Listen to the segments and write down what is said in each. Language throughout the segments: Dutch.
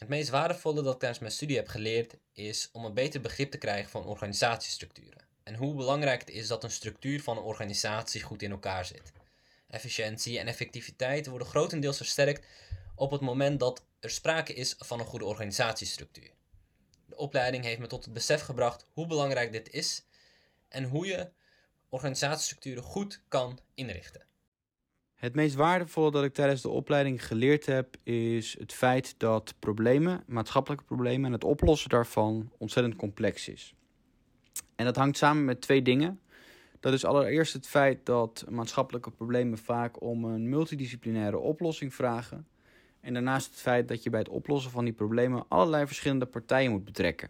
Het meest waardevolle dat ik tijdens mijn studie heb geleerd is om een beter begrip te krijgen van organisatiestructuren. En hoe belangrijk het is dat een structuur van een organisatie goed in elkaar zit. Efficiëntie en effectiviteit worden grotendeels versterkt op het moment dat er sprake is van een goede organisatiestructuur. De opleiding heeft me tot het besef gebracht hoe belangrijk dit is en hoe je organisatiestructuren goed kan inrichten. Het meest waardevolle dat ik tijdens de opleiding geleerd heb is het feit dat problemen, maatschappelijke problemen en het oplossen daarvan ontzettend complex is. En dat hangt samen met twee dingen. Dat is allereerst het feit dat maatschappelijke problemen vaak om een multidisciplinaire oplossing vragen. En daarnaast het feit dat je bij het oplossen van die problemen allerlei verschillende partijen moet betrekken.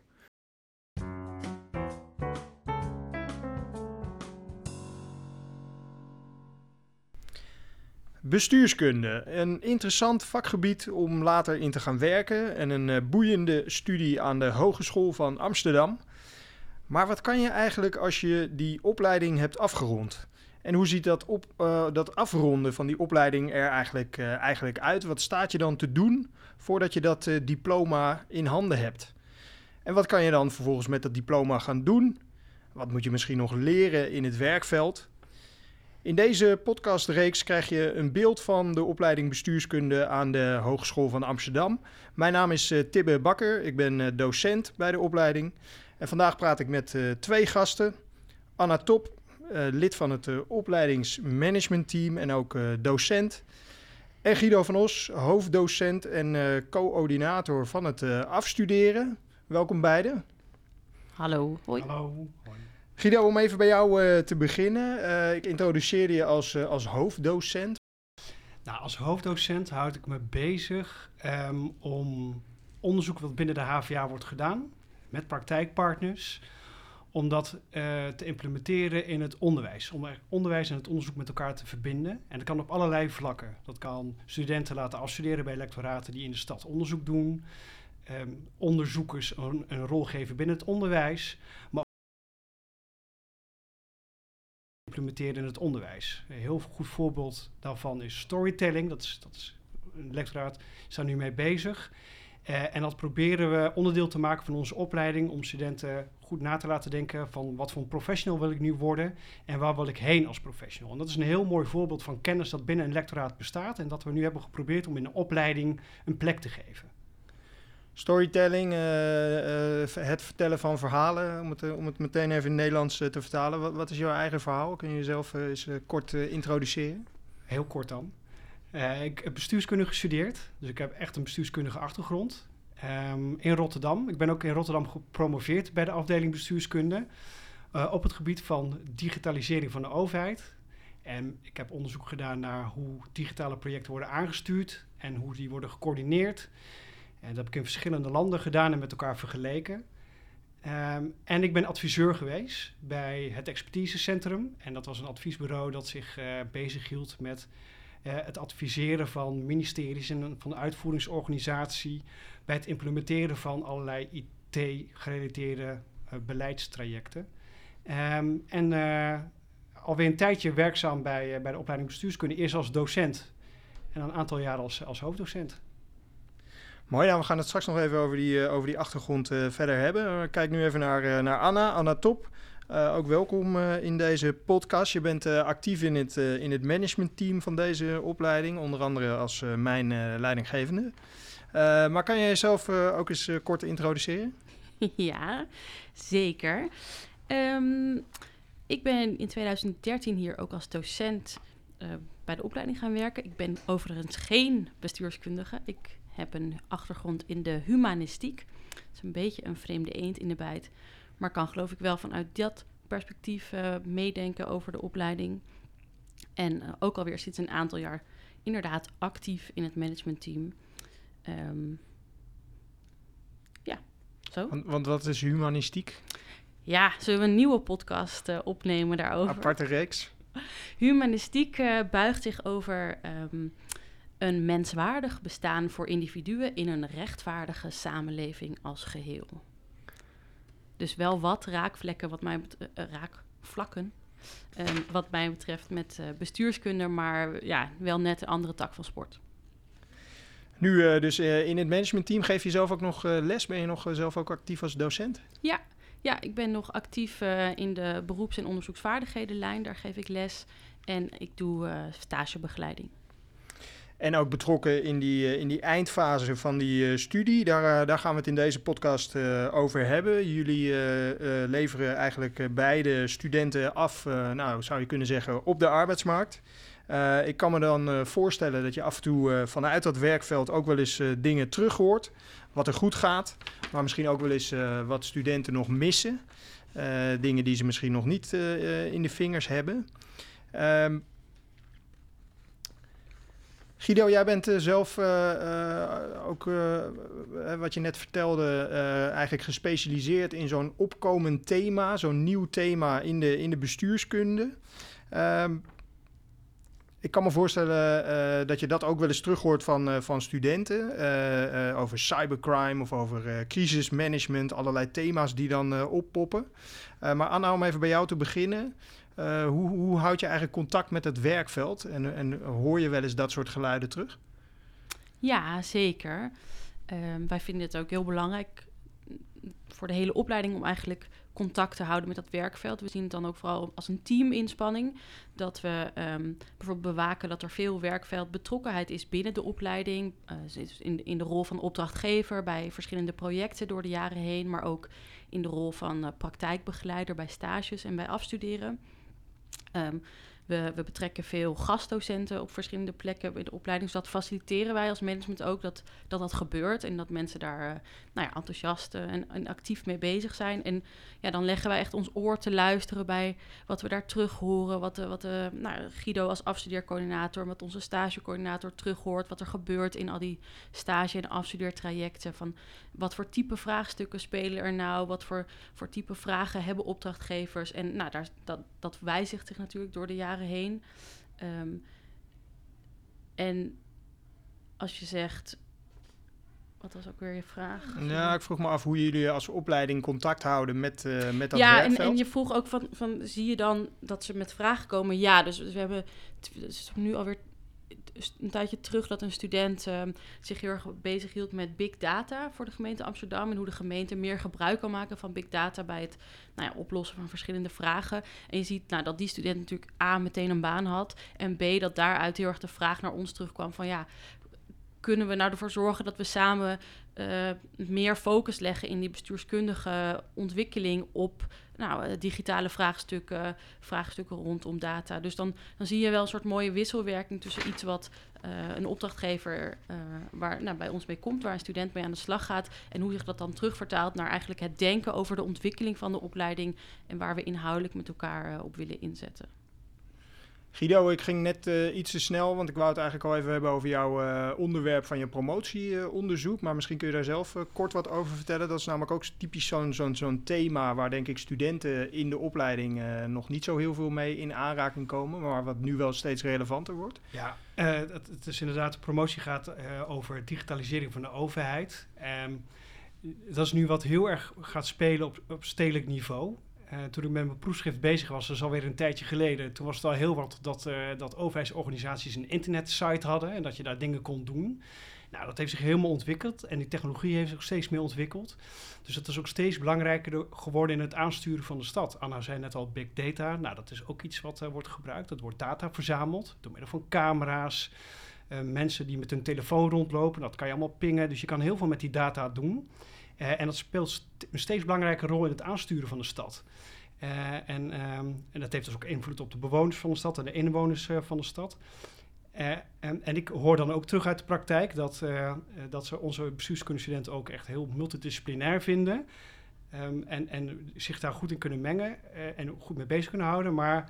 Bestuurskunde, een interessant vakgebied om later in te gaan werken en een boeiende studie aan de Hogeschool van Amsterdam. Maar wat kan je eigenlijk als je die opleiding hebt afgerond? En hoe ziet dat afronden van die opleiding er eigenlijk uit? Wat staat je dan te doen voordat je dat diploma in handen hebt? En wat kan je dan vervolgens met dat diploma gaan doen? Wat moet je misschien nog leren in het werkveld? In deze podcastreeks krijg je een beeld van de opleiding bestuurskunde aan de Hogeschool van Amsterdam. Mijn naam is Tibbe Bakker, ik ben docent bij de opleiding. En vandaag praat ik met twee gasten. Anna Top, lid van het opleidingsmanagementteam en ook docent. En Guido van Os, hoofddocent en coördinator van het afstuderen. Welkom beiden. Hallo. Hoi. Hallo. Guido, om even bij jou te beginnen. Ik introduceerde je als hoofddocent. Nou, als hoofddocent houd ik me bezig om onderzoek wat binnen de HVA wordt gedaan met praktijkpartners, om dat te implementeren in het onderwijs. Om onderwijs en het onderzoek met elkaar te verbinden. En dat kan op allerlei vlakken. Dat kan studenten laten afstuderen bij lectoraten die in de stad onderzoek doen. Onderzoekers een rol geven binnen het onderwijs. Maar implementeren in het onderwijs. Een heel goed voorbeeld daarvan is storytelling. Dat is een lectoraat is daar nu mee bezig. En dat proberen we onderdeel te maken van onze opleiding om studenten goed na te laten denken van wat voor een professional wil ik nu worden en waar wil ik heen als professional. En dat is een heel mooi voorbeeld van kennis dat binnen een lectoraat bestaat en dat we nu hebben geprobeerd om in de opleiding een plek te geven. Storytelling, het vertellen van verhalen, om het meteen even in het Nederlands te vertalen. Wat is jouw eigen verhaal? Kun je jezelf eens kort introduceren? Heel kort dan. Ik heb bestuurskunde gestudeerd, dus ik heb echt een bestuurskundige achtergrond in Rotterdam. Ik ben ook in Rotterdam gepromoveerd bij de afdeling bestuurskunde op het gebied van digitalisering van de overheid. En ik heb onderzoek gedaan naar hoe digitale projecten worden aangestuurd en hoe die worden gecoördineerd. En dat heb ik in verschillende landen gedaan en met elkaar vergeleken. En ik ben adviseur geweest bij het Expertisecentrum. En dat was een adviesbureau dat zich bezighield met het adviseren van ministeries en van de uitvoeringsorganisatie bij het implementeren van allerlei IT-gerelateerde beleidstrajecten. Alweer een tijdje werkzaam bij de opleiding bestuurskunde, eerst als docent en een aantal jaren als hoofddocent. Mooi, nou, we gaan het straks nog even over die achtergrond verder hebben. Kijk nu even naar Anna Top. Ook welkom in deze podcast. Je bent actief in het managementteam van deze opleiding, onder andere als mijn leidinggevende. Maar kan jij jezelf ook eens kort introduceren? Ja, zeker. Ik ben in 2013 hier ook als docent bij de opleiding gaan werken. Ik ben overigens geen bestuurskundige. Ik heb een achtergrond in de humanistiek. Dat is een beetje een vreemde eend in de bijt. Maar kan geloof ik wel vanuit dat perspectief meedenken over de opleiding. En ook alweer sinds een aantal jaar inderdaad actief in het managementteam. Ja, zo. Want wat is humanistiek? Ja, zullen we een nieuwe podcast opnemen daarover? Aparte reeks. Humanistiek buigt zich over een menswaardig bestaan voor individuen in een rechtvaardige samenleving als geheel. Dus wel wat raakvlakken wat mij betreft met bestuurskunde, maar ja, wel net een andere tak van sport. Nu dus in het managementteam geef je zelf ook nog les? Ben je nog zelf ook actief als docent? Ja, ik ben nog actief in de beroeps- en onderzoeksvaardighedenlijn. Daar geef ik les. En ik doe stagebegeleiding. En ook betrokken in die eindfase van die studie. Daar gaan we het in deze podcast over hebben. Jullie leveren eigenlijk beide studenten af, zou je kunnen zeggen, op de arbeidsmarkt. Ik kan me dan voorstellen dat je af en toe vanuit dat werkveld ook wel eens dingen terug hoort. Wat er goed gaat, maar misschien ook wel eens wat studenten nog missen. Dingen die ze misschien nog niet in de vingers hebben. Guido, jij bent zelf ook, wat je net vertelde, eigenlijk gespecialiseerd in zo'n opkomend thema, zo'n nieuw thema in de bestuurskunde. Ik kan me voorstellen dat je dat ook wel eens terug hoort van studenten, over cybercrime of over crisismanagement, allerlei thema's die dan oppoppen. Maar Anna, om even bij jou te beginnen. Hoe houd je eigenlijk contact met het werkveld en hoor je wel eens dat soort geluiden terug? Ja, zeker. Wij vinden het ook heel belangrijk voor de hele opleiding om eigenlijk contact te houden met dat werkveld. We zien het dan ook vooral als een teaminspanning. Dat we bijvoorbeeld bewaken dat er veel werkveldbetrokkenheid is binnen de opleiding. In de rol van opdrachtgever bij verschillende projecten door de jaren heen. Maar ook in de rol van praktijkbegeleider bij stages en bij afstuderen. We betrekken veel gastdocenten op verschillende plekken in de opleiding. Dus dat faciliteren wij als management ook, dat gebeurt. En dat mensen daar enthousiast en actief mee bezig zijn. En ja, dan leggen wij echt ons oor te luisteren bij wat we daar terug horen. Wat Guido als afstudeercoördinator, wat onze stagecoördinator terug hoort. Wat er gebeurt in al die stage- en afstudeertrajecten. Van wat voor type vraagstukken spelen er nou? Wat voor type vragen hebben opdrachtgevers? En dat wijzigt zich natuurlijk door de jaren heen. En als je zegt... Wat was ook weer je vraag? Ja, ik vroeg me af hoe jullie als opleiding contact houden met dat werkveld. Ja, en je vroeg ook van zie je dan dat ze met vragen komen? Ja, dus we hebben nu alweer een tijdje terug dat een student zich heel erg bezig hield met big data voor de gemeente Amsterdam. En hoe de gemeente meer gebruik kan maken van big data bij het oplossen van verschillende vragen. En je ziet dat die student natuurlijk A, meteen een baan had. En B, dat daaruit heel erg de vraag naar ons terugkwam van kunnen we nou ervoor zorgen dat we samen meer focus leggen in die bestuurskundige ontwikkeling op digitale vraagstukken rondom data. Dus dan zie je wel een soort mooie wisselwerking tussen iets wat een opdrachtgever waar bij ons mee komt, waar een student mee aan de slag gaat, en hoe zich dat dan terugvertaalt naar eigenlijk het denken over de ontwikkeling van de opleiding en waar we inhoudelijk met elkaar op willen inzetten. Guido, ik ging net iets te snel, want ik wou het eigenlijk al even hebben over jouw onderwerp van je promotieonderzoek. Maar misschien kun je daar zelf kort wat over vertellen. Dat is namelijk ook typisch zo'n thema waar denk ik studenten in de opleiding nog niet zo heel veel mee in aanraking komen. Maar wat nu wel steeds relevanter wordt. Ja, het is inderdaad, de promotie gaat over digitalisering van de overheid. Dat is nu wat heel erg gaat spelen op stedelijk niveau. Toen ik met mijn proefschrift bezig was, dat is alweer een tijdje geleden, toen was het al heel wat dat overheidsorganisaties een internetsite hadden en dat je daar dingen kon doen. Nou, dat heeft zich helemaal ontwikkeld en die technologie heeft zich steeds meer ontwikkeld. Dus dat is ook steeds belangrijker geworden in het aansturen van de stad. Anna zei net al big data. Nou, dat is ook iets wat wordt gebruikt. Dat wordt data verzameld door middel van camera's. Mensen die met hun telefoon rondlopen, dat kan je allemaal pingen. Dus je kan heel veel met die data doen. En dat speelt een steeds belangrijke rol in het aansturen van de stad. En dat heeft dus ook invloed op de bewoners van de stad en de inwoners van de stad. En ik hoor dan ook terug uit de praktijk dat ze onze bestuurskundestudenten ook echt heel multidisciplinair vinden. En zich daar goed in kunnen mengen en goed mee bezig kunnen houden. Maar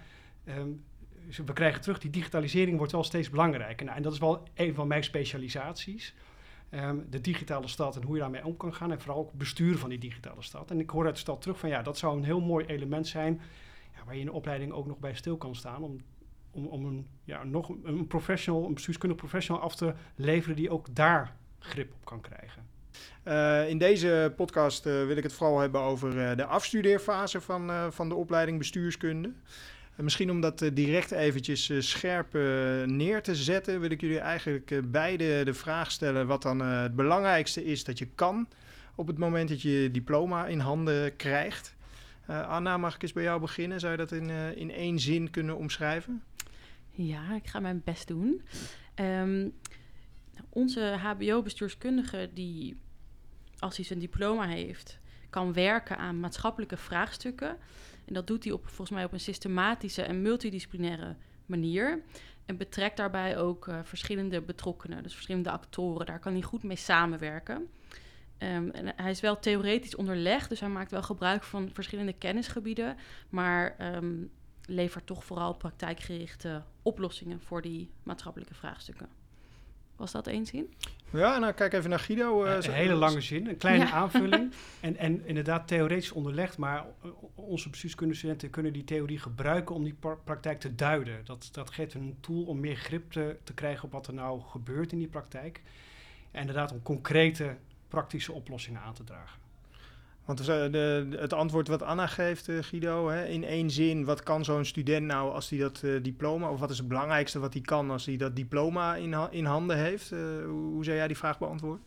we krijgen terug, die digitalisering wordt wel steeds belangrijker. Nou, en dat is wel een van mijn specialisaties. De digitale stad en hoe je daarmee om kan gaan. En vooral ook het bestuur van die digitale stad. En ik hoor uit de stad terug van dat zou een heel mooi element zijn waar je in de opleiding ook nog bij stil kan staan. Om een bestuurskundig professional af te leveren die ook daar grip op kan krijgen. In deze podcast wil ik het vooral hebben over de afstudeerfase van de opleiding bestuurskunde. Misschien om dat direct eventjes scherp neer te zetten, wil ik jullie eigenlijk beide de vraag stellen wat dan het belangrijkste is dat je kan op het moment dat je je diploma in handen krijgt. Anna, mag ik eens bij jou beginnen? Zou je dat in 1 zin kunnen omschrijven? Ja, ik ga mijn best doen. Onze hbo-bestuurskundige die, als hij zijn diploma heeft, kan werken aan maatschappelijke vraagstukken. En dat doet hij volgens mij op een systematische en multidisciplinaire manier. En betrekt daarbij ook verschillende betrokkenen, dus verschillende actoren. Daar kan hij goed mee samenwerken. En hij is wel theoretisch onderlegd, dus hij maakt wel gebruik van verschillende kennisgebieden, maar levert toch vooral praktijkgerichte oplossingen voor die maatschappelijke vraagstukken. Was dat 1 zin? Ja, nou kijk even naar Guido. Een hele lange zin, een kleine aanvulling. En inderdaad theoretisch onderlegd, maar onze bestuurskundige studenten kunnen die theorie gebruiken om die praktijk te duiden. Dat geeft een tool om meer grip te krijgen op wat er nou gebeurt in die praktijk. En inderdaad om concrete praktische oplossingen aan te dragen. Want het antwoord wat Anna geeft, Guido, in 1 zin, wat kan zo'n student nou als hij dat diploma, of wat is het belangrijkste wat hij kan als hij dat diploma in handen heeft? Hoe zou jij die vraag beantwoorden?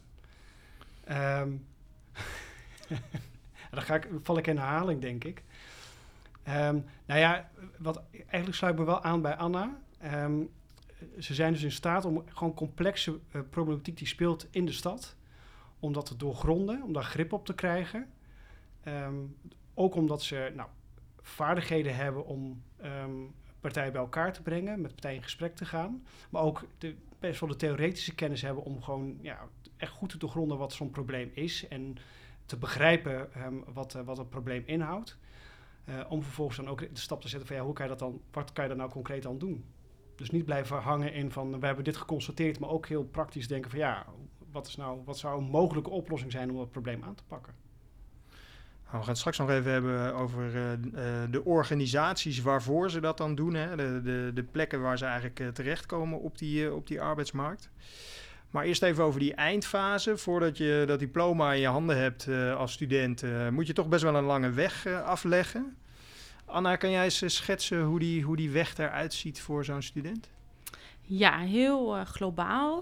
Dan val ik in herhaling, denk ik. Nou ja, eigenlijk sluit ik me wel aan bij Anna. Ze zijn dus in staat om gewoon complexe problematiek die speelt in de stad, om dat te doorgronden, om daar grip op te krijgen. Ook omdat ze vaardigheden hebben om partijen bij elkaar te brengen, met partijen in gesprek te gaan. Maar ook best wel de theoretische kennis hebben om gewoon echt goed te doorgronden wat zo'n probleem is. En te begrijpen wat het probleem inhoudt. Om vervolgens dan ook de stap te zetten van hoe kan je dat dan, wat kan je daar nou concreet aan doen? Dus niet blijven hangen in van we hebben dit geconstateerd, maar ook heel praktisch denken van wat zou een mogelijke oplossing zijn om dat probleem aan te pakken? Nou, we gaan het straks nog even hebben over de organisaties waarvoor ze dat dan doen. Hè? De plekken waar ze eigenlijk terechtkomen op die arbeidsmarkt. Maar eerst even over die eindfase. Voordat je dat diploma in je handen hebt als student, moet je toch best wel een lange weg afleggen. Anna, kan jij eens schetsen hoe die weg eruit ziet voor zo'n student? Ja, heel globaal.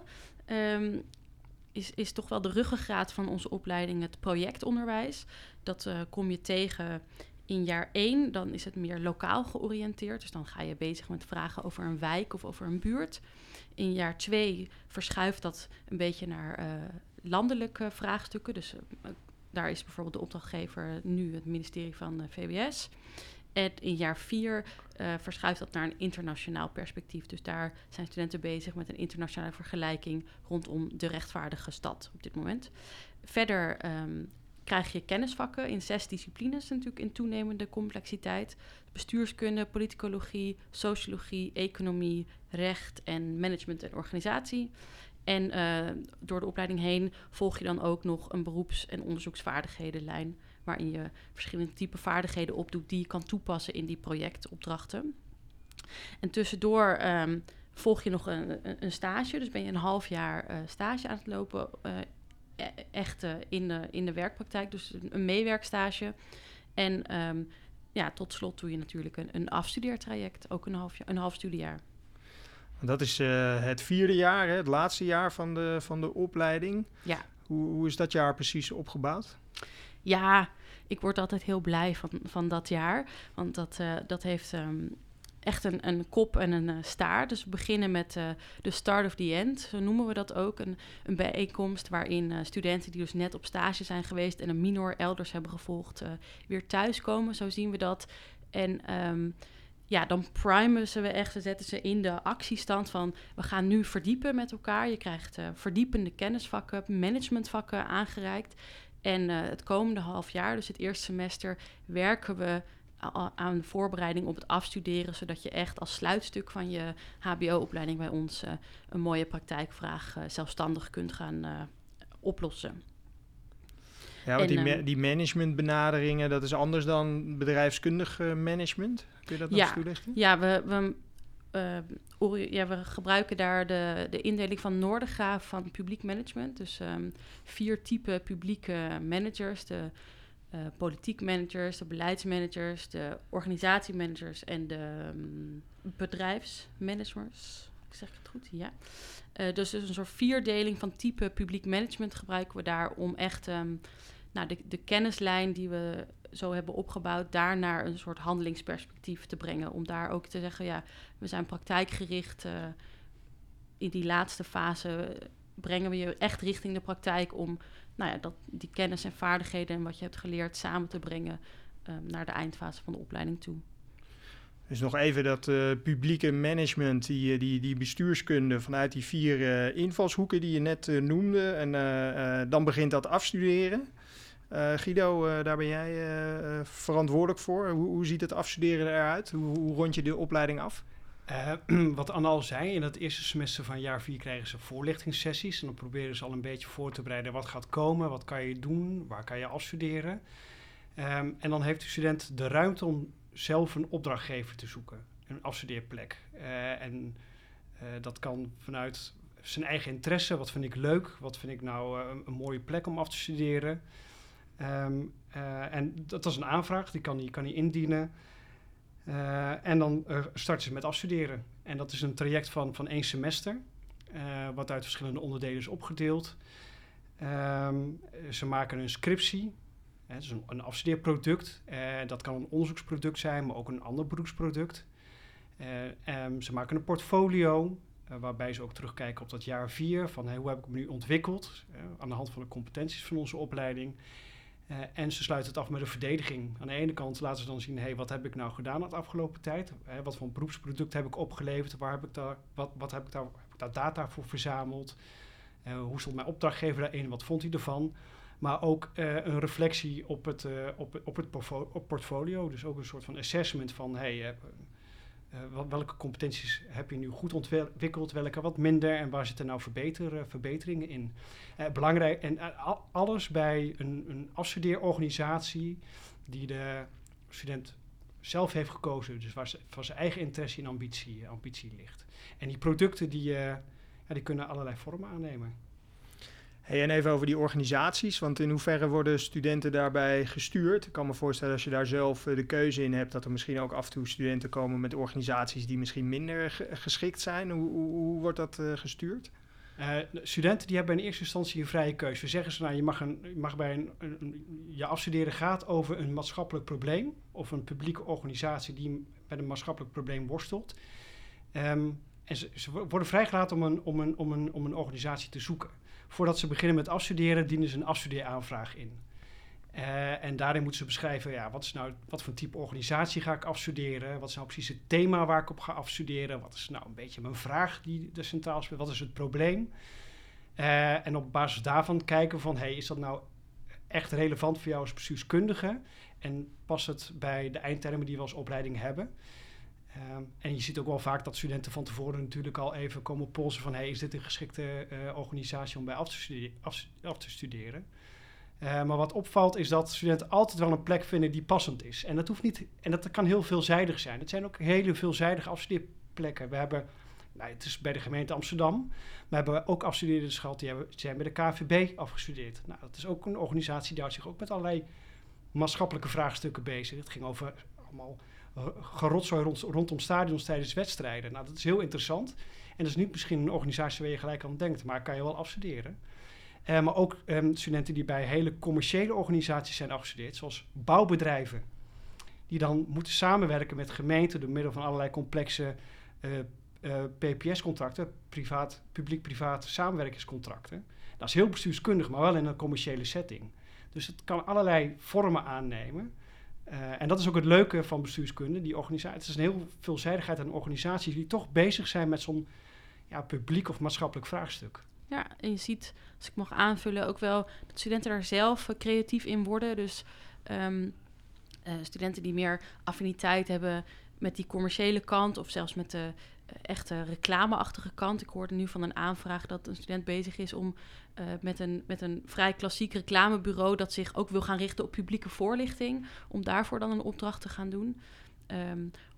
Is toch wel de ruggengraat van onze opleiding het projectonderwijs. Dat kom je tegen in jaar 1. Dan is het meer lokaal georiënteerd. Dus dan ga je bezig met vragen over een wijk of over een buurt. In jaar 2 verschuift dat een beetje naar landelijke vraagstukken. Dus daar is bijvoorbeeld de opdrachtgever nu het ministerie van VWS. En in jaar 4 verschuift dat naar een internationaal perspectief. Dus daar zijn studenten bezig met een internationale vergelijking rondom de rechtvaardige stad op dit moment. Verder krijg je kennisvakken in 6 disciplines natuurlijk in toenemende complexiteit. Bestuurskunde, politicologie, sociologie, economie, recht en management en organisatie. En door de opleiding heen volg je dan ook nog een beroeps- en onderzoeksvaardighedenlijn, waarin je verschillende typen vaardigheden opdoet die je kan toepassen in die projectopdrachten. En tussendoor volg je nog een stage, dus ben je een half jaar stage aan het lopen, echt in de werkpraktijk, dus een meewerkstage. En tot slot doe je natuurlijk een afstudeertraject, ook een half studiejaar. Dat is het 4e jaar, hè, het laatste jaar van de opleiding. Ja. Hoe is dat jaar precies opgebouwd? Ja, ik word altijd heel blij van dat jaar. Want dat heeft echt een kop en een staart. Dus we beginnen met de start of the end, zo noemen we dat ook. Een bijeenkomst waarin studenten die dus net op stage zijn geweest en een minor elders hebben gevolgd, weer thuiskomen. Zo zien we dat. En dan primen ze we echt, ze zetten ze in de actiestand van we gaan nu verdiepen met elkaar. Je krijgt verdiepende kennisvakken, managementvakken aangereikt. En het komende half jaar, dus het eerste semester, werken we aan de voorbereiding op het afstuderen, zodat je echt als sluitstuk van je hbo-opleiding bij ons een mooie praktijkvraag zelfstandig kunt gaan oplossen. Ja, want die managementbenaderingen, dat is anders dan bedrijfskundig management. Kun je dat nog eens toelichten? Ja, we gebruiken daar de indeling van Noordegraaf van publiek management. Dus 4 typen publieke managers. De politiek managers, de beleidsmanagers, de organisatiemanagers en de bedrijfsmanagers. Zeg ik het goed? Ja. Dus een soort vierdeling van type publiek management gebruiken we daar om echt de kennislijn die we zo hebben opgebouwd, daar naar een soort handelingsperspectief te brengen. Om daar ook te zeggen, we zijn praktijkgericht. In die laatste fase brengen we je echt richting de praktijk om die kennis en vaardigheden en wat je hebt geleerd samen te brengen naar de eindfase van de opleiding toe. Dus nog even dat publieke management, die bestuurskunde vanuit die 4 invalshoeken die je net noemde. En dan begint dat afstuderen. Guido, daar ben jij verantwoordelijk voor. Hoe ziet het afstuderen eruit? Hoe rond je de opleiding af? Wat Anne al zei, in het eerste semester van jaar 4 krijgen ze voorlichtingssessies. En dan proberen ze al een beetje voor te bereiden wat gaat komen, wat kan je doen, waar kan je afstuderen. En dan heeft de student de ruimte om zelf een opdrachtgever te zoeken, een afstudeerplek. Dat kan vanuit zijn eigen interesse, wat vind ik leuk, wat vind ik nou een mooie plek om af te studeren. En dat is een aanvraag, die kan hij indienen. En dan starten ze met afstuderen. En dat is een traject van 1 semester, wat uit verschillende onderdelen is opgedeeld. Ze maken een scriptie. Het is een afstudeerproduct. Dat kan een onderzoeksproduct zijn, maar ook een ander beroepsproduct. Ze maken een portfolio, waarbij ze ook terugkijken op dat jaar 4. Van hoe heb ik me nu ontwikkeld aan de hand van de competenties van onze opleiding. En ze sluiten het af met een verdediging. Aan de ene kant laten ze dan zien, wat heb ik nou gedaan de afgelopen tijd? Wat voor beroepsproduct heb ik opgeleverd? Waar heb ik daar, wat heb ik daar data voor verzameld? Hoe stond mijn opdrachtgever daarin? Wat vond hij ervan? Maar ook een reflectie op het portfolio. Dus ook een soort van assessment van welke competenties heb je nu goed ontwikkeld, welke wat minder en waar zitten nou verbeteringen in. Belangrijk en alles bij een afstudeerorganisatie die de student zelf heeft gekozen, dus waar van zijn eigen interesse en ambitie ligt. En die producten die kunnen allerlei vormen aannemen. Hey, en even over die organisaties, want in hoeverre worden studenten daarbij gestuurd? Ik kan me voorstellen als je daar zelf de keuze in hebt, dat er misschien ook af en toe studenten komen met organisaties die misschien minder geschikt zijn. Hoe wordt dat gestuurd? Studenten die hebben in eerste instantie een vrije keuze. We zeggen ze, je mag bij je afstuderen gaat over een maatschappelijk probleem of een publieke organisatie die met een maatschappelijk probleem worstelt. En ze worden vrijgelaten om een organisatie te zoeken. Voordat ze beginnen met afstuderen, dienen ze een afstudeeraanvraag in. En daarin moeten ze beschrijven, wat voor type organisatie ga ik afstuderen? Wat is nou precies het thema waar ik op ga afstuderen? Wat is nou een beetje mijn vraag die er centraal speelt? Wat is het probleem? En op basis daarvan kijken van, is dat nou echt relevant voor jou als bestuurskundige? En past het bij de eindtermen die we als opleiding hebben? En je ziet ook wel vaak dat studenten van tevoren natuurlijk al even komen polsen van, is dit een geschikte organisatie om bij af te studeren? Maar wat opvalt is dat studenten altijd wel een plek vinden die passend is. En dat hoeft niet, en dat kan heel veelzijdig zijn. Het zijn ook hele veelzijdige afstudeerplekken. We hebben, het is bij de gemeente Amsterdam, maar we hebben ook afstudeerders gehad die zijn bij de KVB afgestudeerd. Nou, dat is ook een organisatie die houdt zich ook met allerlei maatschappelijke vraagstukken bezig. Het ging over allemaal gerotzooi rondom stadions tijdens wedstrijden. Nou, dat is heel interessant. En dat is niet misschien een organisatie waar je gelijk aan denkt, maar kan je wel afstuderen. Maar ook studenten die bij hele commerciële organisaties zijn afgestudeerd, zoals bouwbedrijven, die dan moeten samenwerken met gemeenten door middel van allerlei complexe PPS-contracten, publiek-privaat samenwerkingscontracten. Dat is heel bestuurskundig, maar wel in een commerciële setting. Dus het kan allerlei vormen aannemen. En dat is ook het leuke van bestuurskunde. Die organisatie, het is een heel veelzijdigheid aan organisaties die toch bezig zijn met zo'n publiek of maatschappelijk vraagstuk. Ja, en je ziet, als ik mag aanvullen, ook wel dat studenten daar zelf creatief in worden. Dus studenten die meer affiniteit hebben met die commerciële kant of zelfs met de echte reclameachtige kant. Ik hoorde nu van een aanvraag dat een student bezig is om met een vrij klassiek reclamebureau dat zich ook wil gaan richten op publieke voorlichting, om daarvoor dan een opdracht te gaan doen.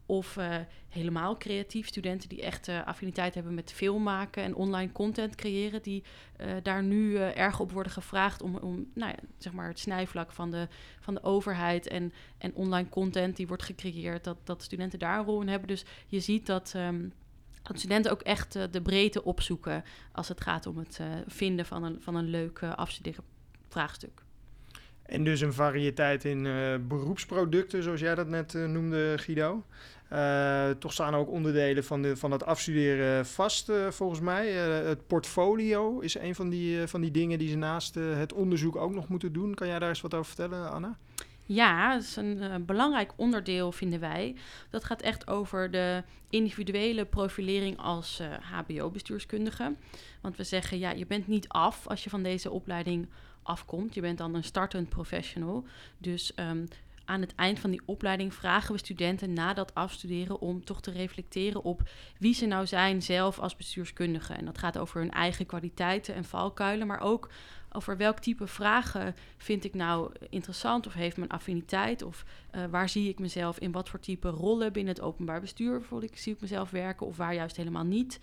Of helemaal creatief, studenten die echt affiniteit hebben met film maken en online content creëren, die daar nu erg op worden gevraagd om zeg maar het snijvlak van de overheid en online content die wordt gecreëerd, dat studenten daar een rol in hebben. Dus je ziet dat studenten ook echt de breedte opzoeken als het gaat om het vinden van een leuk afstudeervraagstuk. En dus een variëteit in beroepsproducten, zoals jij dat net noemde, Guido. Toch staan ook onderdelen van het afstuderen vast, volgens mij. Het portfolio is een van die dingen die ze naast het onderzoek ook nog moeten doen. Kan jij daar eens wat over vertellen, Anna? Ja, dat is een belangrijk onderdeel, vinden wij. Dat gaat echt over de individuele profilering als HBO-bestuurskundige. Want we zeggen, ja, je bent niet af als je van deze opleiding afkomt. Je bent dan een startend professional. Dus aan het eind van die opleiding vragen we studenten na dat afstuderen om toch te reflecteren op wie ze nou zijn zelf als bestuurskundige. En dat gaat over hun eigen kwaliteiten en valkuilen, maar ook over welk type vragen vind ik nou interessant of heeft mijn affiniteit of waar zie ik mezelf in wat voor type rollen binnen het openbaar bestuur zie ik mezelf werken of waar juist helemaal niet.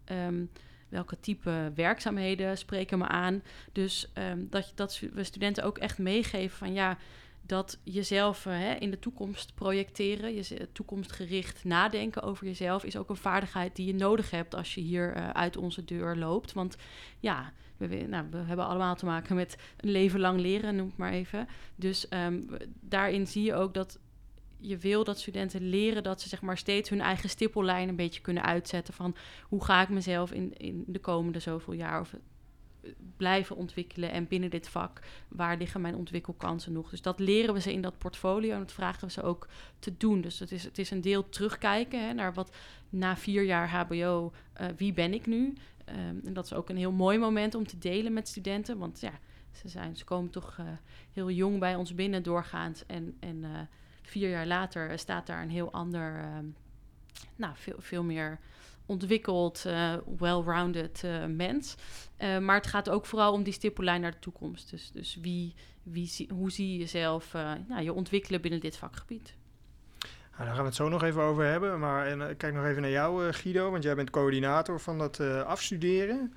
Welke type werkzaamheden spreken me aan. Dus dat we studenten ook echt meegeven van ja, dat jezelf in de toekomst projecteren, toekomstgericht nadenken over jezelf, is ook een vaardigheid die je nodig hebt als je hier uit onze deur loopt. Want ja, we hebben allemaal te maken met een leven lang leren, noem het maar even. Dus daarin zie je ook dat je wil dat studenten leren dat ze zeg maar steeds hun eigen stippellijn een beetje kunnen uitzetten van hoe ga ik mezelf in de komende zoveel jaar of blijven ontwikkelen en binnen dit vak, waar liggen mijn ontwikkelkansen nog? Dus dat leren we ze in dat portfolio en dat vragen we ze ook te doen. Dus het is een deel terugkijken naar wat na 4 jaar HBO, wie ben ik nu? En dat is ook een heel mooi moment om te delen met studenten, want ja, ze komen toch heel jong bij ons binnen doorgaans en 4 jaar later staat daar een heel ander, veel meer ontwikkeld, well-rounded mens. Maar het gaat ook vooral om die stippellijn naar de toekomst. Dus hoe zie je jezelf je ontwikkelen binnen dit vakgebied? Nou, daar gaan we het zo nog even over hebben. Maar kijk nog even naar jou, Guido, want jij bent coördinator van dat afstuderen.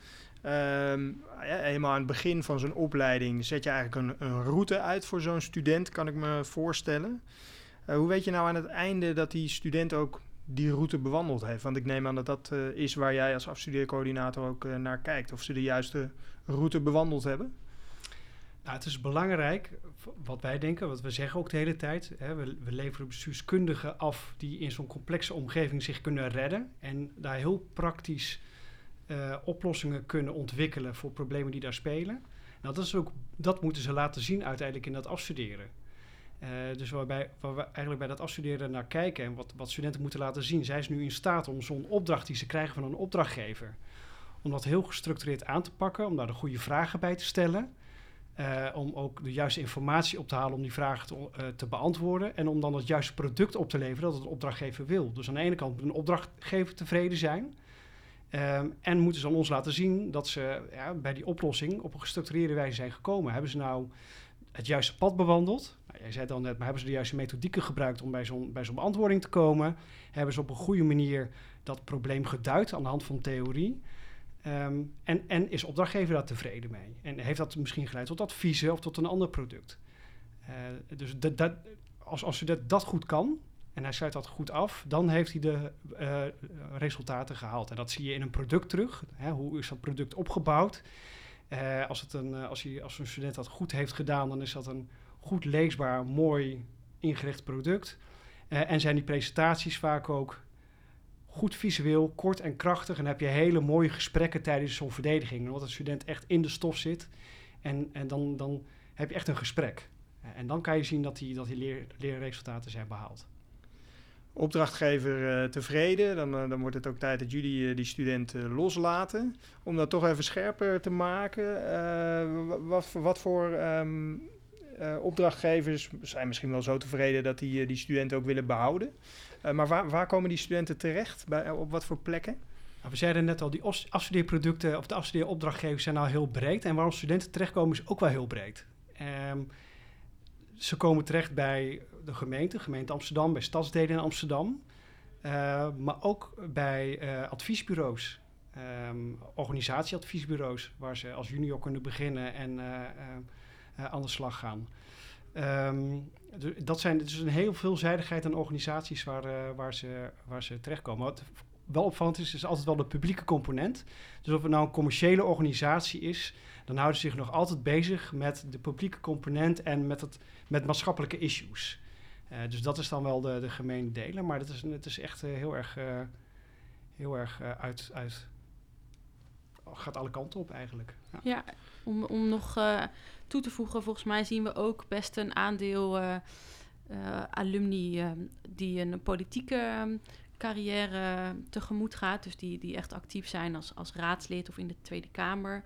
Helemaal aan het begin van zo'n opleiding zet je eigenlijk een route uit voor zo'n student, kan ik me voorstellen. Hoe weet je nou aan het einde dat die student ook die route bewandeld heeft? Want ik neem aan dat is waar jij als afstudeercoördinator ook naar kijkt. Of ze de juiste route bewandeld hebben? Nou, het is belangrijk, wat wij denken, wat we zeggen ook de hele tijd. Hè, we leveren bestuurskundigen af die in zo'n complexe omgeving zich kunnen redden. En daar heel praktisch oplossingen kunnen ontwikkelen voor problemen die daar spelen. Nou, dat moeten ze laten zien uiteindelijk in dat afstuderen. Dus waar we eigenlijk bij dat afstuderen naar kijken en wat studenten moeten laten zien. Zijn ze nu in staat om zo'n opdracht die ze krijgen van een opdrachtgever, om dat heel gestructureerd aan te pakken, om daar de goede vragen bij te stellen, om ook de juiste informatie op te halen om die vragen te beantwoorden en om dan het juiste product op te leveren dat de opdrachtgever wil. Dus aan de ene kant moet een opdrachtgever tevreden zijn en moeten ze aan ons laten zien dat ze bij die oplossing op een gestructureerde wijze zijn gekomen. Hebben ze nou het juiste pad bewandeld? Nou, jij zei het al net, maar hebben ze de juiste methodieken gebruikt om bij zo'n beantwoording te komen? Hebben ze op een goede manier dat probleem geduid aan de hand van theorie? En is opdrachtgever daar tevreden mee? En heeft dat misschien geleid tot adviezen of tot een ander product? Dus als student dat goed kan en hij sluit dat goed af, dan heeft hij de resultaten gehaald. En dat zie je in een product terug. Hoe is dat product opgebouwd? Als een student dat goed heeft gedaan, dan is dat een goed leesbaar, mooi ingericht product. En zijn die presentaties vaak ook goed visueel, kort en krachtig. En heb je hele mooie gesprekken tijdens zo'n verdediging. Omdat een student echt in de stof zit. En dan heb je echt een gesprek. En dan kan je zien dat die leerresultaten zijn behaald. Opdrachtgever tevreden, dan wordt het ook tijd dat jullie die student loslaten. Om dat toch even scherper te maken. Wat voor opdrachtgevers zijn misschien wel zo tevreden dat die studenten ook willen behouden. Maar waar komen die studenten terecht? Op wat voor plekken? Nou, we zeiden net al, die afstudeerproducten of de afstudeeropdrachtgevers zijn nou heel breed. En waarom studenten terechtkomen is ook wel heel breed. Ze komen terecht bij de gemeente Amsterdam, bij stadsdelen in Amsterdam. Maar ook bij adviesbureaus, organisatieadviesbureaus, waar ze als junior kunnen beginnen en aan de slag gaan. Dat zijn dus een heel veelzijdigheid aan organisaties waar ze terechtkomen. Wat wel opvallend is altijd wel de publieke component. Dus of het nou een commerciële organisatie is, dan houden ze zich nog altijd bezig met de publieke component en met maatschappelijke issues. Dus dat is dan wel de gemene delen, maar het is echt heel erg gaat alle kanten op eigenlijk. Ja, om nog toe te voegen, volgens mij zien we ook best een aandeel alumni die een politieke carrière tegemoet gaat. Dus die echt actief zijn als raadslid of in de Tweede Kamer.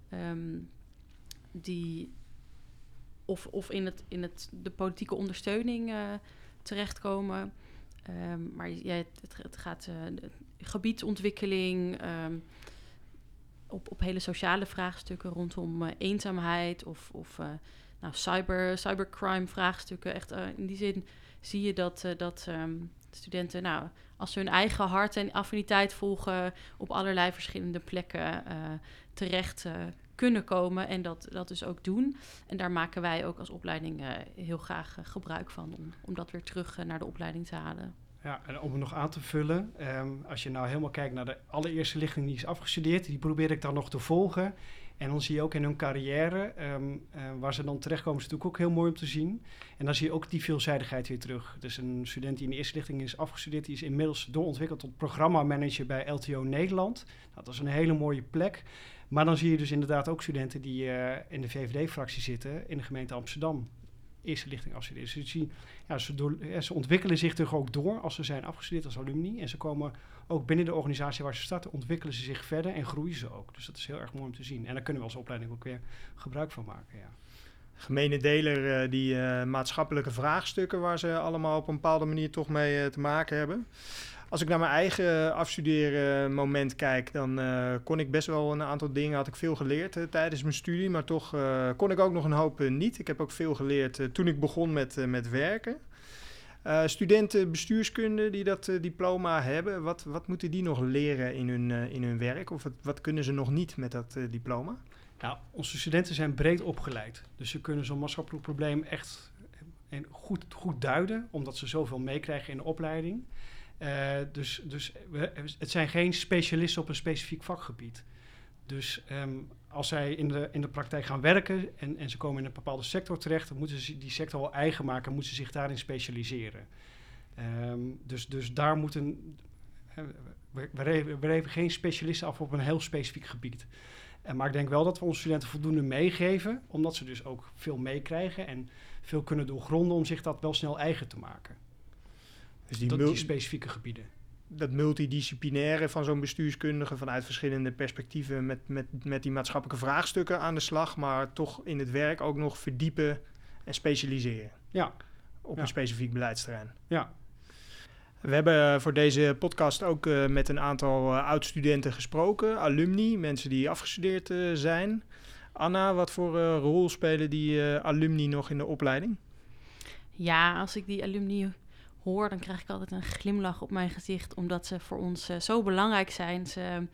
Die of in de politieke ondersteuning terechtkomen. Maar het gaat gebiedsontwikkeling, op hele sociale vraagstukken rondom eenzaamheid of cybercrime vraagstukken. Echt in die zin zie je dat studenten, als ze hun eigen hart en affiniteit volgen, op allerlei verschillende plekken terecht kunnen komen en dat dus ook doen. En daar maken wij ook als opleiding heel graag gebruik van, om dat weer terug naar de opleiding te halen. Ja, en om het nog aan te vullen, als je nou helemaal kijkt naar de allereerste lichting die is afgestudeerd, die probeer ik dan nog te volgen. En dan zie je ook in hun carrière, waar ze dan terechtkomen, is natuurlijk ook heel mooi om te zien. En dan zie je ook die veelzijdigheid weer terug. Dus een student die in de eerste lichting is afgestudeerd, die is inmiddels doorontwikkeld tot programmamanager bij LTO Nederland. Nou, dat is een hele mooie plek. Maar dan zie je dus inderdaad ook studenten die in de VVD-fractie zitten in de gemeente Amsterdam. Eerste lichting afstuderen. Dus ze ontwikkelen zich toch ook door als ze zijn afgestudeerd als alumni. En ze komen ook binnen de organisatie waar ze starten, ontwikkelen ze zich verder en groeien ze ook. Dus dat is heel erg mooi om te zien. En daar kunnen we als opleiding ook weer gebruik van maken. Ja. Gemene deler, die maatschappelijke vraagstukken waar ze allemaal op een bepaalde manier toch mee te maken hebben. Als ik naar mijn eigen afstudeermoment kijk, dan kon ik best wel een aantal dingen, had ik veel geleerd tijdens mijn studie, maar toch kon ik ook nog een hoop niet. Ik heb ook veel geleerd toen ik begon met werken. Studenten bestuurskunde die dat diploma hebben, wat moeten die nog leren in hun werk? Of wat kunnen ze nog niet met dat diploma? Nou, onze studenten zijn breed opgeleid. Dus ze kunnen zo'n maatschappelijk probleem echt goed duiden, omdat ze zoveel meekrijgen in de opleiding. Het zijn geen specialisten op een specifiek vakgebied. Dus als zij in de praktijk gaan werken en ze komen in een bepaalde sector terecht, dan moeten ze die sector wel eigen maken en moeten ze zich daarin specialiseren. Dus daar moeten... We geven geen specialisten af op een heel specifiek gebied. Maar ik denk wel dat we onze studenten voldoende meegeven, omdat ze dus ook veel meekrijgen en veel kunnen doorgronden om zich dat wel snel eigen te maken. Dus die specifieke gebieden. Dat multidisciplinaire van zo'n bestuurskundige vanuit verschillende perspectieven met die maatschappelijke vraagstukken aan de slag, maar toch in het werk ook nog verdiepen en specialiseren. Ja. Op een specifiek beleidsterrein. Ja. We hebben voor deze podcast ook met een aantal oud-studenten gesproken, alumni, mensen die afgestudeerd zijn. Anna, wat voor rol spelen die alumni nog in de opleiding? Ja, als ik die alumni hoor, dan krijg ik altijd een glimlach op mijn gezicht, omdat ze voor ons zo belangrijk zijn.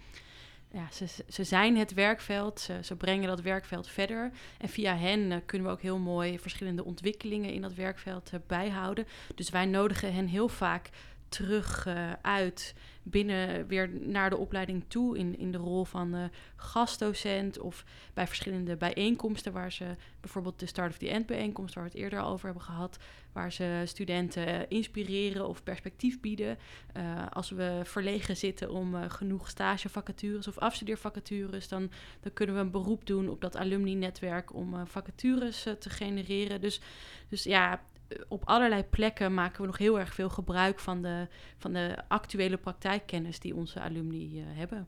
Ze zijn het werkveld, ze brengen dat werkveld verder. En via hen kunnen we ook heel mooi verschillende ontwikkelingen in dat werkveld bijhouden. Dus wij nodigen hen heel vaak terug uit weer naar de opleiding toe in de rol van gastdocent of bij verschillende bijeenkomsten waar ze bijvoorbeeld de Start of the End bijeenkomst waar we het eerder al over hebben gehad, waar ze studenten inspireren of perspectief bieden. Als we verlegen zitten om genoeg stagevacatures of afstudeervacatures, dan kunnen we een beroep doen op dat alumni-netwerk om vacatures te genereren. Dus ja, op allerlei plekken maken we nog heel erg veel gebruik van de actuele praktijkkennis die onze alumni hebben.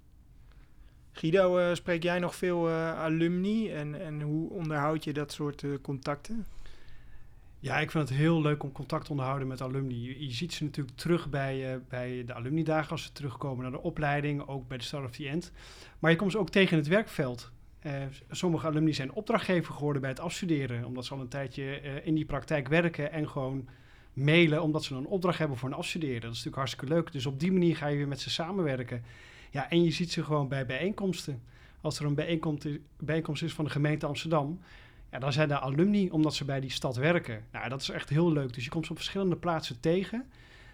Guido, spreek jij nog veel alumni en hoe onderhoud je dat soort contacten? Ja, ik vind het heel leuk om contact te onderhouden met alumni. Je ziet ze natuurlijk terug bij de alumnidagen als ze terugkomen naar de opleiding, ook bij de Start of the End. Maar je komt ze ook tegen in het werkveld. Sommige alumni zijn opdrachtgever geworden bij het afstuderen, omdat ze al een tijdje in die praktijk werken en gewoon mailen omdat ze een opdracht hebben voor een afstuderen. Dat is natuurlijk hartstikke leuk. Dus op die manier ga je weer met ze samenwerken. Ja, en je ziet ze gewoon bij bijeenkomsten. Als er een bijeenkomst is van de gemeente Amsterdam, ja, dan zijn er alumni omdat ze bij die stad werken. Nou, dat is echt heel leuk. Dus je komt ze op verschillende plaatsen tegen.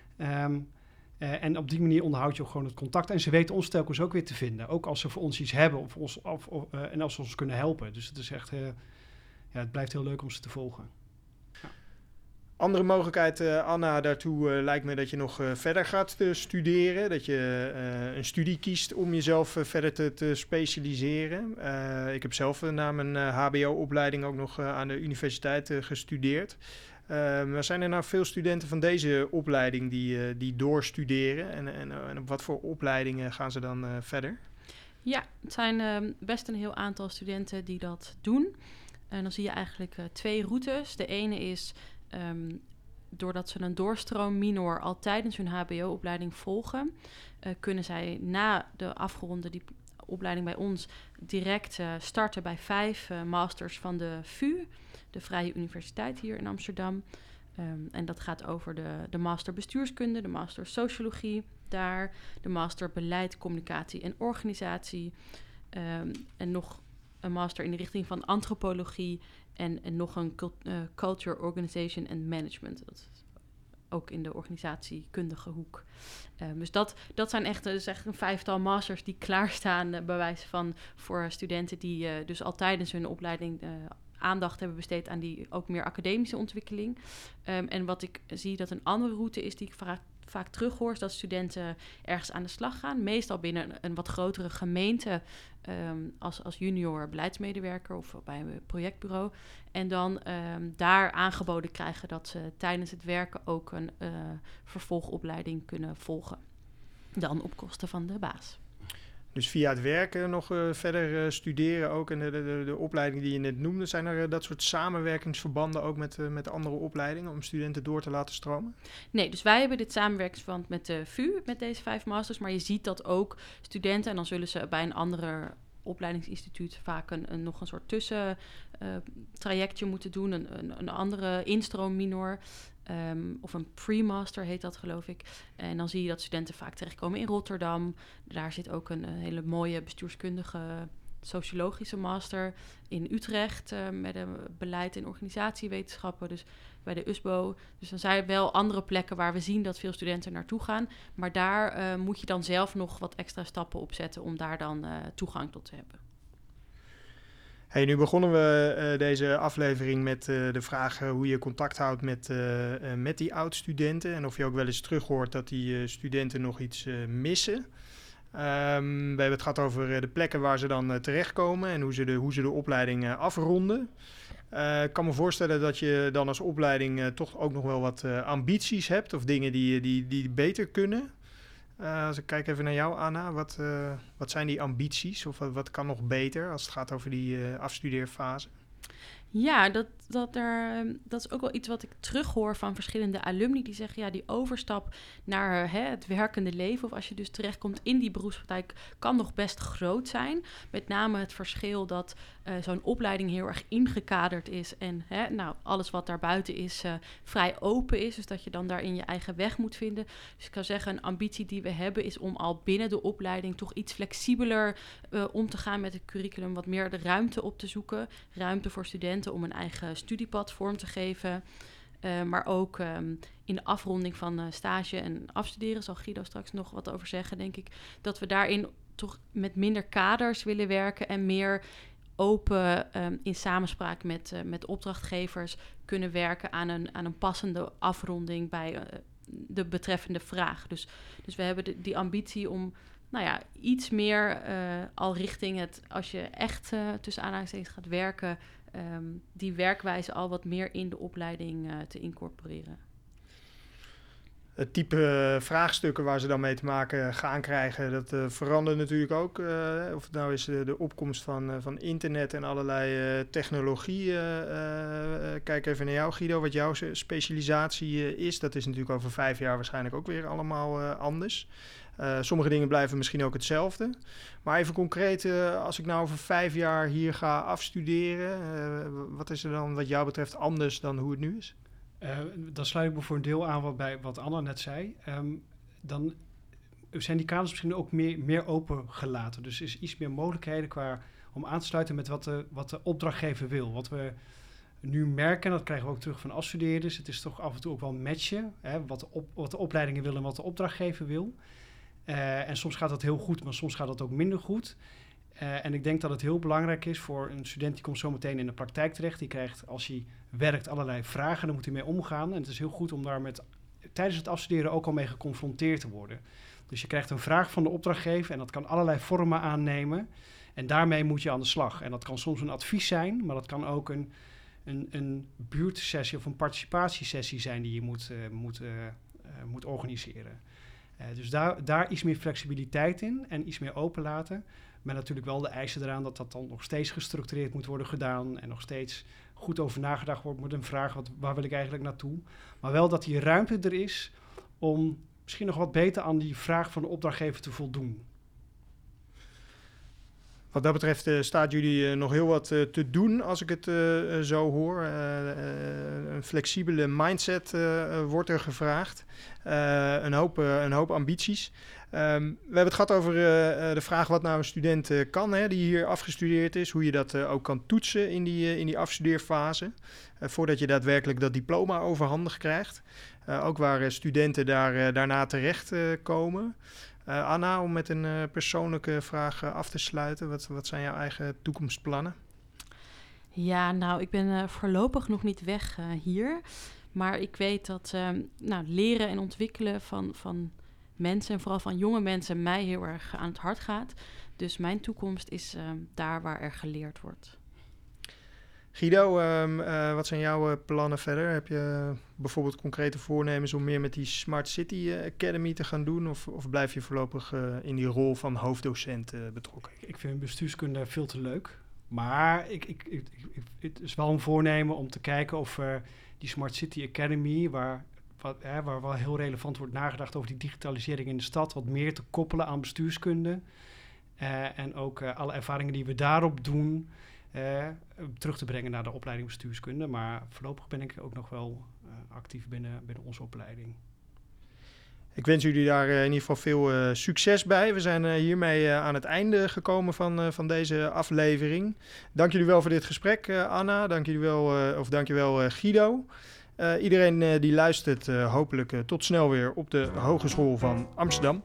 En op die manier onderhoud je ook gewoon het contact. En ze weten ons telkens ook weer te vinden. Ook als ze voor ons iets hebben en als ze ons kunnen helpen. Dus het is echt, het blijft heel leuk om ze te volgen. Andere mogelijkheid, Anna, daartoe lijkt me dat je nog verder gaat studeren. Dat je een studie kiest om jezelf verder te specialiseren. Ik heb zelf na mijn hbo-opleiding ook nog aan de universiteit gestudeerd. Maar zijn er nou veel studenten van deze opleiding die doorstuderen? En op wat voor opleidingen gaan ze dan verder? Ja, het zijn best een heel aantal studenten die dat doen. En dan zie je eigenlijk 2 routes. De ene is doordat ze een doorstroom minor al tijdens hun hbo-opleiding volgen, kunnen zij na de afgeronde opleiding bij ons direct starten bij 5 masters van de VU, de Vrije Universiteit hier in Amsterdam. En dat gaat over de master bestuurskunde, de master sociologie daar, de master beleid, communicatie en organisatie. En nog een master in de richting van antropologie en nog een culture, organization en management. Dat is ook in de organisatiekundige hoek. Dus dat zijn echt een 5-tal masters die klaarstaan bij wijze van voor studenten die dus al tijdens hun opleiding aandacht hebben besteed aan die ook meer academische ontwikkeling. En wat ik zie dat een andere route is die ik vaak terughoor, is dat studenten ergens aan de slag gaan. Meestal binnen een wat grotere gemeente als junior beleidsmedewerker of bij een projectbureau. En dan daar aangeboden krijgen dat ze tijdens het werken ook een vervolgopleiding kunnen volgen. Dan op kosten van de baas. Dus via het werken nog verder studeren ook. En de opleiding die je net noemde, zijn er dat soort samenwerkingsverbanden ook met andere opleidingen om studenten door te laten stromen? Nee, dus wij hebben dit samenwerkingsverband met de VU, met deze 5 masters. Maar je ziet dat ook studenten, en dan zullen ze bij een andere opleidingsinstituut vaak nog een soort tussentrajectje moeten doen. Een andere instroom minor. Of een pre-master heet dat, geloof ik. En dan zie je dat studenten vaak terechtkomen in Rotterdam. Daar zit ook een hele mooie bestuurskundige sociologische master in Utrecht met een beleid en organisatiewetenschappen, dus bij de USBO. Dus dan zijn er wel andere plekken waar we zien dat veel studenten naartoe gaan. Maar daar moet je dan zelf nog wat extra stappen op zetten om daar dan toegang tot te hebben. Hey, nu begonnen we deze aflevering met de vraag hoe je contact houdt met die oud-studenten. En of je ook wel eens terug hoort dat die studenten nog iets missen. We hebben het gehad over de plekken waar ze dan terechtkomen en hoe ze de opleiding afronden. Ik kan me voorstellen dat je dan als opleiding toch ook nog wel wat ambities hebt of dingen die beter kunnen. Als ik kijk even naar jou, Anna, wat zijn die ambities of wat kan nog beter als het gaat over die afstudeerfase? Ja, dat is ook wel iets wat ik terughoor van verschillende alumni die zeggen, ja, die overstap naar het werkende leven, of als je dus terechtkomt in die beroepspraktijk, kan nog best groot zijn. Met name het verschil dat zo'n opleiding heel erg ingekaderd is en alles wat daarbuiten is vrij open is, dus dat je dan daarin je eigen weg moet vinden. Dus ik kan zeggen, een ambitie die we hebben is om al binnen de opleiding toch iets flexibeler om te gaan met het curriculum, wat meer de ruimte op te zoeken, ruimte voor studenten om een eigen studiepad vorm te geven. Maar ook in de afronding van stage en afstuderen, zal Guido straks nog wat over zeggen, denk ik, dat we daarin toch met minder kaders willen werken en meer open in samenspraak met opdrachtgevers kunnen werken aan een passende afronding bij de betreffende vraag. Dus we hebben die ambitie om iets meer al richting het, als je echt tussen aanhalingstekens gaat werken, die werkwijze al wat meer in de opleiding te incorporeren. Het type vraagstukken waar ze dan mee te maken gaan krijgen, dat verandert natuurlijk ook. Of het nou is de opkomst van internet en allerlei technologie. Kijk even naar jou, Guido, wat jouw specialisatie is. Dat is natuurlijk over 5 jaar waarschijnlijk ook weer allemaal anders. Sommige dingen blijven misschien ook hetzelfde. Maar even concreet, als ik nou over 5 jaar hier ga afstuderen, wat is er dan wat jou betreft anders dan hoe het nu is? Dan sluit ik me voor een deel aan wat Anna net zei. Dan zijn die kaders misschien ook meer open gelaten. Dus er is iets meer mogelijkheden om aan te sluiten met wat de opdrachtgever wil. Wat we nu merken, dat krijgen we ook terug van afstudeerders. Het is toch af en toe ook wel matchen. Hè, wat de opleidingen willen en wat de opdrachtgever wil. En soms gaat dat heel goed, maar soms gaat dat ook minder goed. En ik denk dat het heel belangrijk is voor een student die komt zo meteen in de praktijk terecht. Die krijgt, als hij werkt, allerlei vragen. Daar moet hij mee omgaan. En het is heel goed om daar tijdens het afstuderen ook al mee geconfronteerd te worden. Dus je krijgt een vraag van de opdrachtgever en dat kan allerlei vormen aannemen. En daarmee moet je aan de slag. En dat kan soms een advies zijn, maar dat kan ook een buurtsessie of een participatiesessie zijn die je moet organiseren. Dus daar iets meer flexibiliteit in en iets meer open laten. Maar natuurlijk wel de eisen eraan dat dat dan nog steeds gestructureerd moet worden gedaan. En nog steeds goed over nagedacht wordt met een vraag, waar wil ik eigenlijk naartoe? Maar wel dat die ruimte er is om misschien nog wat beter aan die vraag van de opdrachtgever te voldoen. Wat dat betreft staat jullie nog heel wat te doen, als ik het zo hoor. Een flexibele mindset wordt er gevraagd. Een hoop ambities. We hebben het gehad over de vraag wat nou een student kan, hè, die hier afgestudeerd is. Hoe je dat ook kan toetsen in die afstudeerfase. Voordat je daadwerkelijk dat diploma overhandig krijgt. Ook waar studenten daarna terecht komen. Anna, om met een persoonlijke vraag af te sluiten. Wat zijn jouw eigen toekomstplannen? Ja, nou, ik ben voorlopig nog niet weg hier. Maar ik weet dat leren en ontwikkelen van mensen, en vooral van jonge mensen, mij heel erg aan het hart gaat. Dus mijn toekomst is daar waar er geleerd wordt. Guido, wat zijn jouw plannen verder? Heb je bijvoorbeeld concrete voornemens om meer met die Smart City Academy te gaan doen? Of blijf je voorlopig in die rol van hoofddocent betrokken? Ik vind bestuurskunde veel te leuk. Maar het is wel een voornemen om te kijken of die Smart City Academy, waar wel heel relevant wordt nagedacht over die digitalisering in de stad, wat meer te koppelen aan bestuurskunde. En ook alle ervaringen die we daarop doen, terug te brengen naar de opleiding bestuurskunde. Maar voorlopig ben ik ook nog wel actief binnen onze opleiding. Ik wens jullie daar in ieder geval veel succes bij. We zijn hiermee aan het einde gekomen van deze aflevering. Dank jullie wel voor dit gesprek, Anna. Dank je wel, Guido. Iedereen die luistert, hopelijk tot snel weer op de Hogeschool van Amsterdam.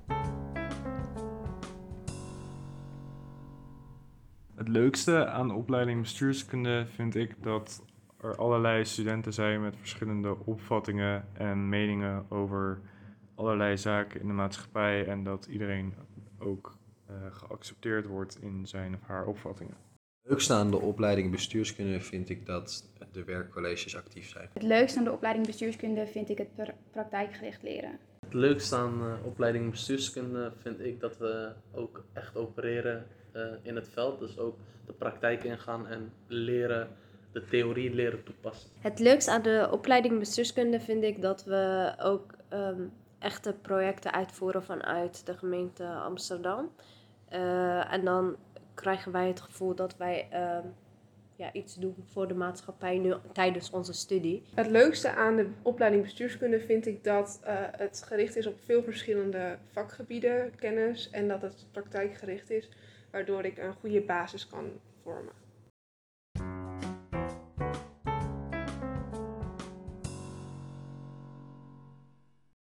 Het leukste aan de opleiding bestuurskunde vind ik dat er allerlei studenten zijn met verschillende opvattingen en meningen over allerlei zaken in de maatschappij en dat iedereen ook geaccepteerd wordt in zijn of haar opvattingen. Het leukste aan de opleiding bestuurskunde vind ik dat de werkcolleges actief zijn. Het leukste aan de opleiding bestuurskunde vind ik het praktijkgericht leren. Het leukste aan opleiding bestuurskunde vind ik dat we ook echt opereren in het veld. Dus ook de praktijk ingaan en de theorie leren toepassen. Het leukste aan de opleiding bestuurskunde vind ik dat we ook echte projecten uitvoeren vanuit de gemeente Amsterdam. En dan krijgen wij het gevoel dat wij iets doen voor de maatschappij nu tijdens onze studie. Het leukste aan de opleiding bestuurskunde vind ik dat het gericht is op veel verschillende vakgebieden, kennis en dat het praktijkgericht is, waardoor ik een goede basis kan vormen.